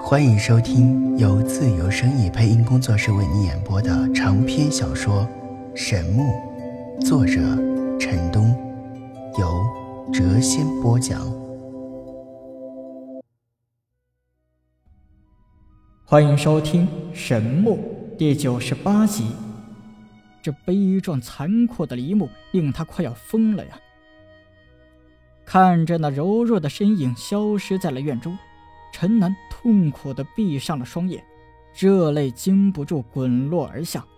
欢迎收听由自由声意配音工作室为你演播的长篇小说《神木》，作者陈东，由谪仙播讲。 欢迎收听《神木》第98集。这悲壮残酷的一幕令他快要疯了呀！看着那柔弱的身影消失在了院中，陈南痛苦地闭上了双眼，热泪禁不住滚落而下。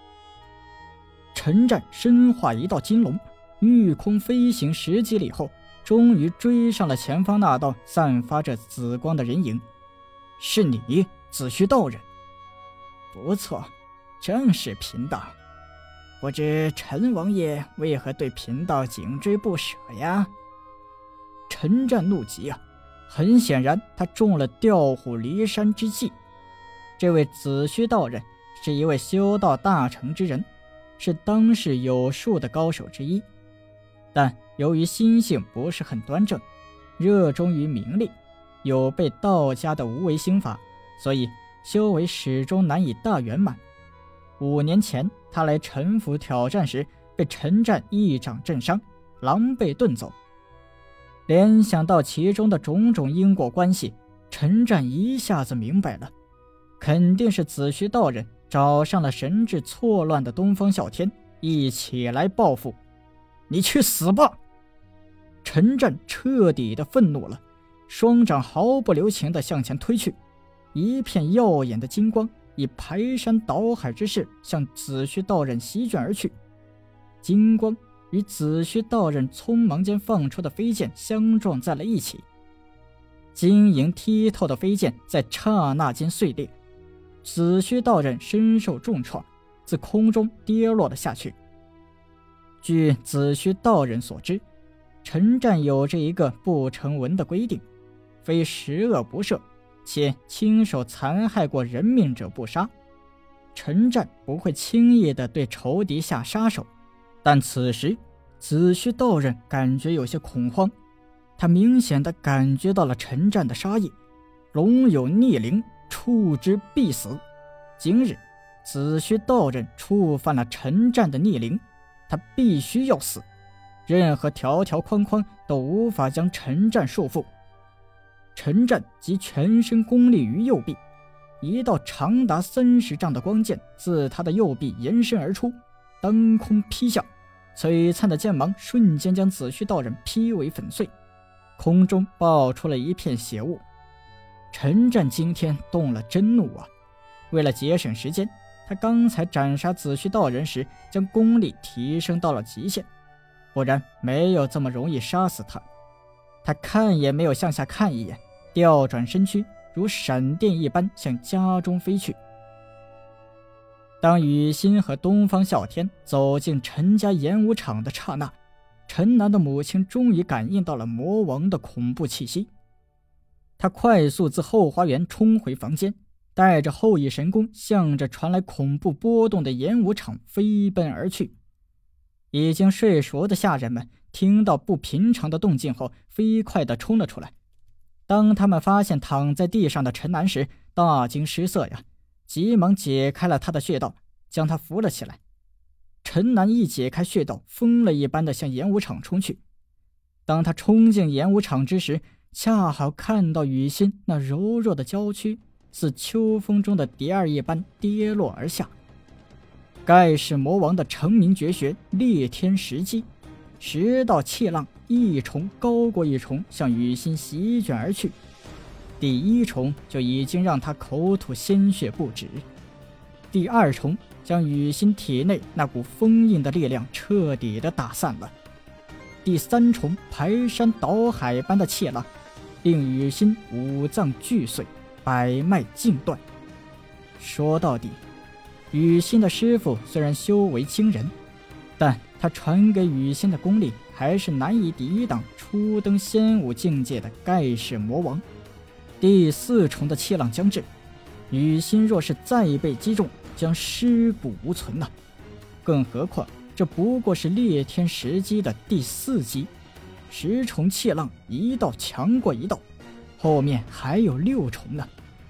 陈战身化一道金龙，御空飞行10几里后，终于追上了前方那道散发着紫光的人影。是你，子虚道人。不错，正是贫道。不知陈王爷为何对贫道紧追不舍呀？陈战怒极啊！很显然他中了调虎离山之计。这位子虚道人是一位修道大成之人，是当世有数的高手之一，但由于心性不是很端正，热衷于名利，有悖道家的无为心法，所以修为始终难以大圆满。5年前他来陈府挑战时，被陈战一掌震伤，狼狈遁走。联想到其中的种种因果关系，陈战一下子明白了，肯定是子虚道人找上了神智错乱的东方啸天，一起来报复。你去死吧！陈战彻底的愤怒了，双掌毫不留情地向前推去，一片耀眼的金光以排山倒海之势向子虚道人席卷而去。金光与子虚道人匆忙间放出的飞剑相撞在了一起，晶莹剔透的飞剑在刹那间碎裂，子虚道人身受重创，自空中跌落了下去。据子虚道人所知，陈战有着一个不成文的规定，非十恶不赦，且亲手残害过人命者不杀。陈战不会轻易地对仇敌下杀手，但此时子虚道人感觉有些恐慌，他明显地感觉到了陈战的杀意，龙有逆鳞，触之必死。今日子虚道人触犯了陈战的逆鳞，他必须要死，任何条条框框都无法将陈战束缚。陈战集全身功力于右臂，一道长达30丈的光剑自他的右臂延伸而出，当空劈下，璀璨的剑芒瞬间将子虚道人劈为粉碎，空中爆出了一片血雾。陈战今天动了真怒啊！为了节省时间，他刚才斩杀子虚道人时将功力提升到了极限，不然没有这么容易杀死他。他看也没有向下看一眼，调转身躯，如闪电一般向家中飞去。当雨欣和东方啸天走进陈家演武场的刹那，陈南的母亲终于感应到了魔王的恐怖气息。他快速自后花园冲回房间，带着后羿神功向着传来恐怖波动的演武场飞奔而去。已经睡熟的下人们听到不平常的动静后，飞快地冲了出来。当他们发现躺在地上的陈南时，大惊失色呀，急忙解开了他的穴道，将他扶了起来。陈南一解开穴道，疯了一般的向演武场冲去。当他冲进演武场之时，恰好看到雨欣那柔弱的娇躯似秋风中的蝶儿一般跌落而下。盖世魔王的成名绝学裂天石击，10道气浪一重高过一重向雨欣席卷而去，第1重就已经让他口吐鲜血不止，第2重将雨欣体内那股封印的力量彻底的打散了，第3重排山倒海般的气浪令雨欣五脏俱碎，百脉尽断。说到底，雨欣的师傅虽然修为惊人，但他传给雨欣的功力还是难以抵挡初登仙武境界的盖世魔王。第4重的气浪将至，雨欣若是再被击中，将尸骨无存了。更何况这不过是裂天石击的第4击，10重气浪一道强过一道，后面还有6重呢。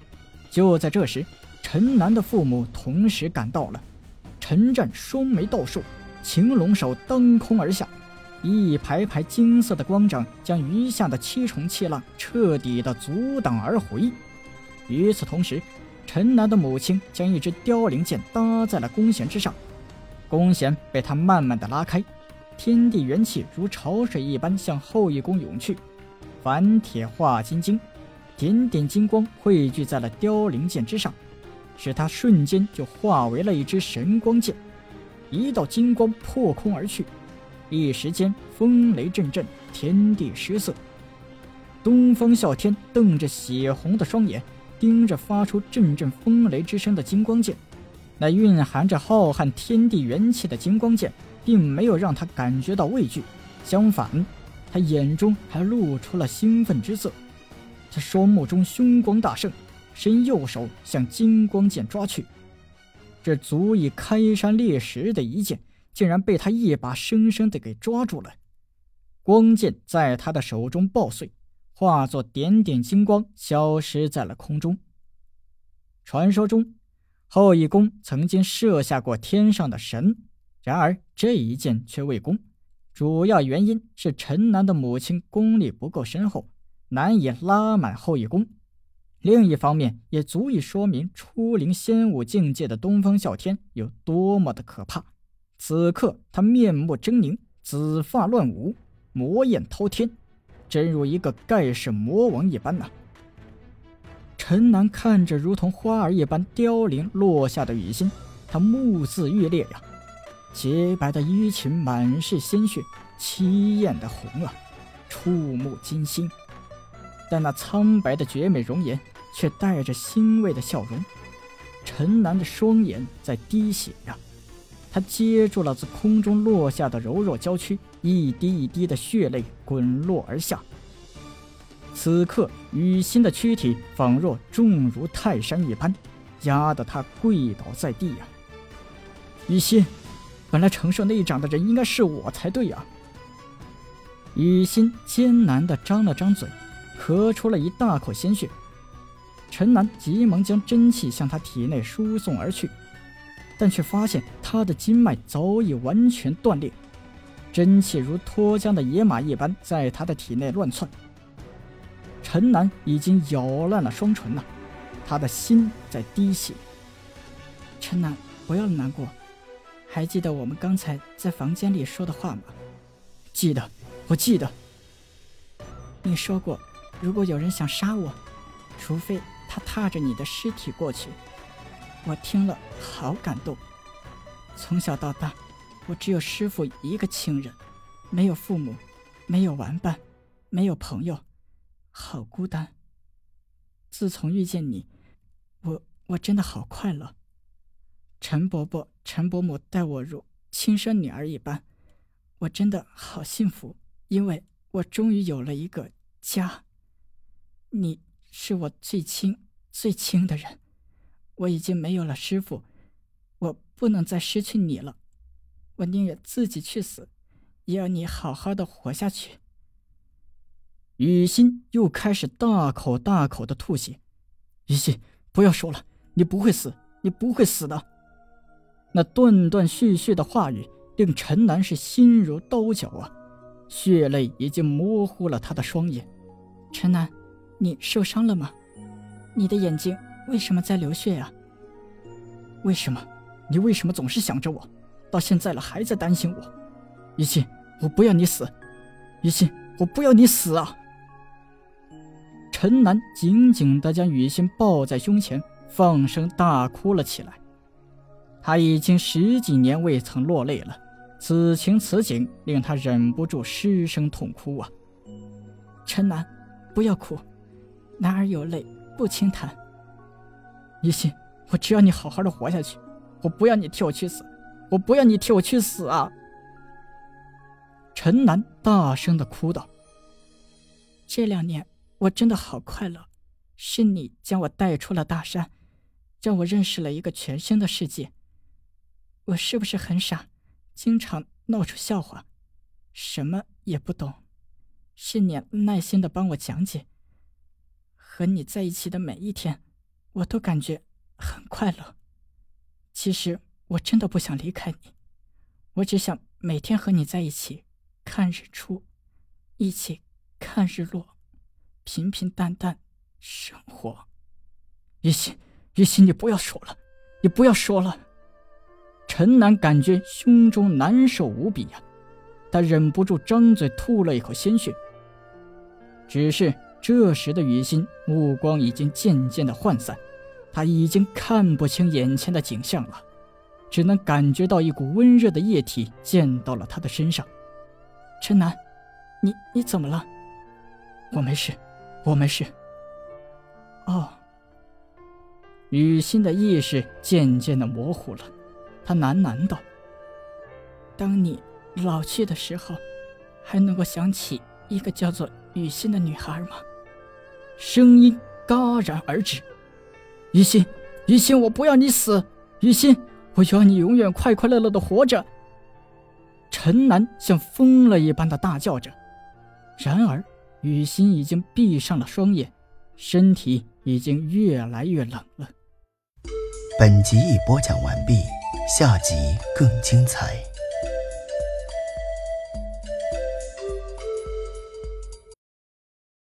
就在这时，陈南的父母同时赶到了。陈战双眉倒竖，青龙手当空而下，一排排金色的光掌将余下的7重气浪彻底的阻挡而回。与此同时，陈南的母亲将一支凋零剑搭在了弓弦之上，弓弦被他慢慢的拉开，天地元气如潮水一般向后羿宫涌去。反铁化金晶，点点金光汇聚在了凋零剑之上，使它瞬间就化为了一支神光剑。一道金光破空而去，一时间风雷阵阵，天地失色。东方啸天瞪着血红的双眼，盯着发出阵阵风雷之声的金光剑。那蕴含着浩瀚天地元气的金光剑并没有让他感觉到畏惧，相反，他眼中还露出了兴奋之色。他双目中凶光大盛，伸右手向金光剑抓去。这足以开山裂石的一剑，竟然被他一把生生的给抓住了。光剑在他的手中爆碎，化作点点金光，消失在了空中。传说中，后羿宫曾经射下过天上的神，然而这一剑却未功。主要原因是陈南的母亲功力不够深厚，难以拉满后羿宫。另一方面，也足以说明初临仙武境界的东方啸天有多么的可怕。此刻他面目狰狞，紫发乱舞，魔焰滔天，真如一个盖世魔王一般呐。陈南看着如同花儿一般凋零落下的雨欣，他目眦欲裂呀。洁白的衣裙满是鲜血，凄艳的红啊，触目惊心。但那苍白的绝美容颜却带着欣慰的笑容。陈南的双眼在滴血呀，他接住了自空中落下的柔弱娇躯，一滴一滴的血泪滚落而下。此刻雨欣的躯体仿若重如泰山一般，压得他跪倒在地呀。雨欣，本来承受那一掌的人应该是我才对呀。雨欣艰难地张了张嘴，咳出了一大口鲜血。陈南急忙将真气向他体内输送而去，但却发现他的经脉早已完全断裂，真气如脱缰的野马一般在他的体内乱窜。陈南已经咬烂了双唇了，他的心在滴血。陈南，不要难过，还记得我们刚才在房间里说的话吗？记得，我记得。你说过，如果有人想杀我，除非他踏着你的尸体过去。我听了好感动。从小到大，我只有师父一个亲人，没有父母，没有玩伴，没有朋友，好孤单。自从遇见你，我真的好快乐。陈伯伯、陈伯母待我如亲生女儿一般，我真的好幸福，因为我终于有了一个家。你是我最亲最亲的人，我已经没有了师父，我不能再失去你了，我宁愿自己去死，也要你好好的活下去。雨欣又开始大口大口的吐血。雨欣，不要说了，你不会死，你不会死的。那断断续续的话语令陈南是心如刀绞啊，血泪已经模糊了他的双眼。陈南，你受伤了吗？你的眼睛为什么在流血啊？为什么？你为什么总是想着我？到现在了还在担心我？雨欣，我不要你死！雨欣，我不要你死啊！陈南紧紧地将雨欣抱在胸前，放声大哭了起来。他已经10几年未曾落泪了，此情此景令他忍不住失声痛哭啊！陈南，不要哭，男儿有泪不轻弹。雨欣，我只要你好好的活下去，我不要你替我去死，我不要你替我去死啊！陈南大声地哭道。这2年我真的好快乐，是你将我带出了大山，让我认识了一个全新的世界。我是不是很傻，经常闹出笑话，什么也不懂？是你耐心地帮我讲解。和你在一起的每一天， 我都感觉很快乐。其实我真的不想离开你，我只想每天和你在一起看日出，一起看日落，平平淡淡生活。雨欣，你不要说了，你不要说了。陈楠感觉胸中难受无比呀，他忍不住张嘴吐了一口鲜血。只是这时的雨欣目光已经渐渐的涣散，他已经看不清眼前的景象了，只能感觉到一股温热的液体溅到了他的身上。陈楠，你怎么了？我没事。哦。雨欣的意识渐渐的模糊了，他喃喃道：当你老去的时候，还能够想起一个叫做雨欣的女孩吗？声音戛然而止。雨欣，我不要你死，雨欣，我要你永远快快乐乐的活着。陈楠像疯了一般的大叫着，然而雨欣已经闭上了双眼，身体已经越来越冷了。 本集已播讲完毕，下集更精彩。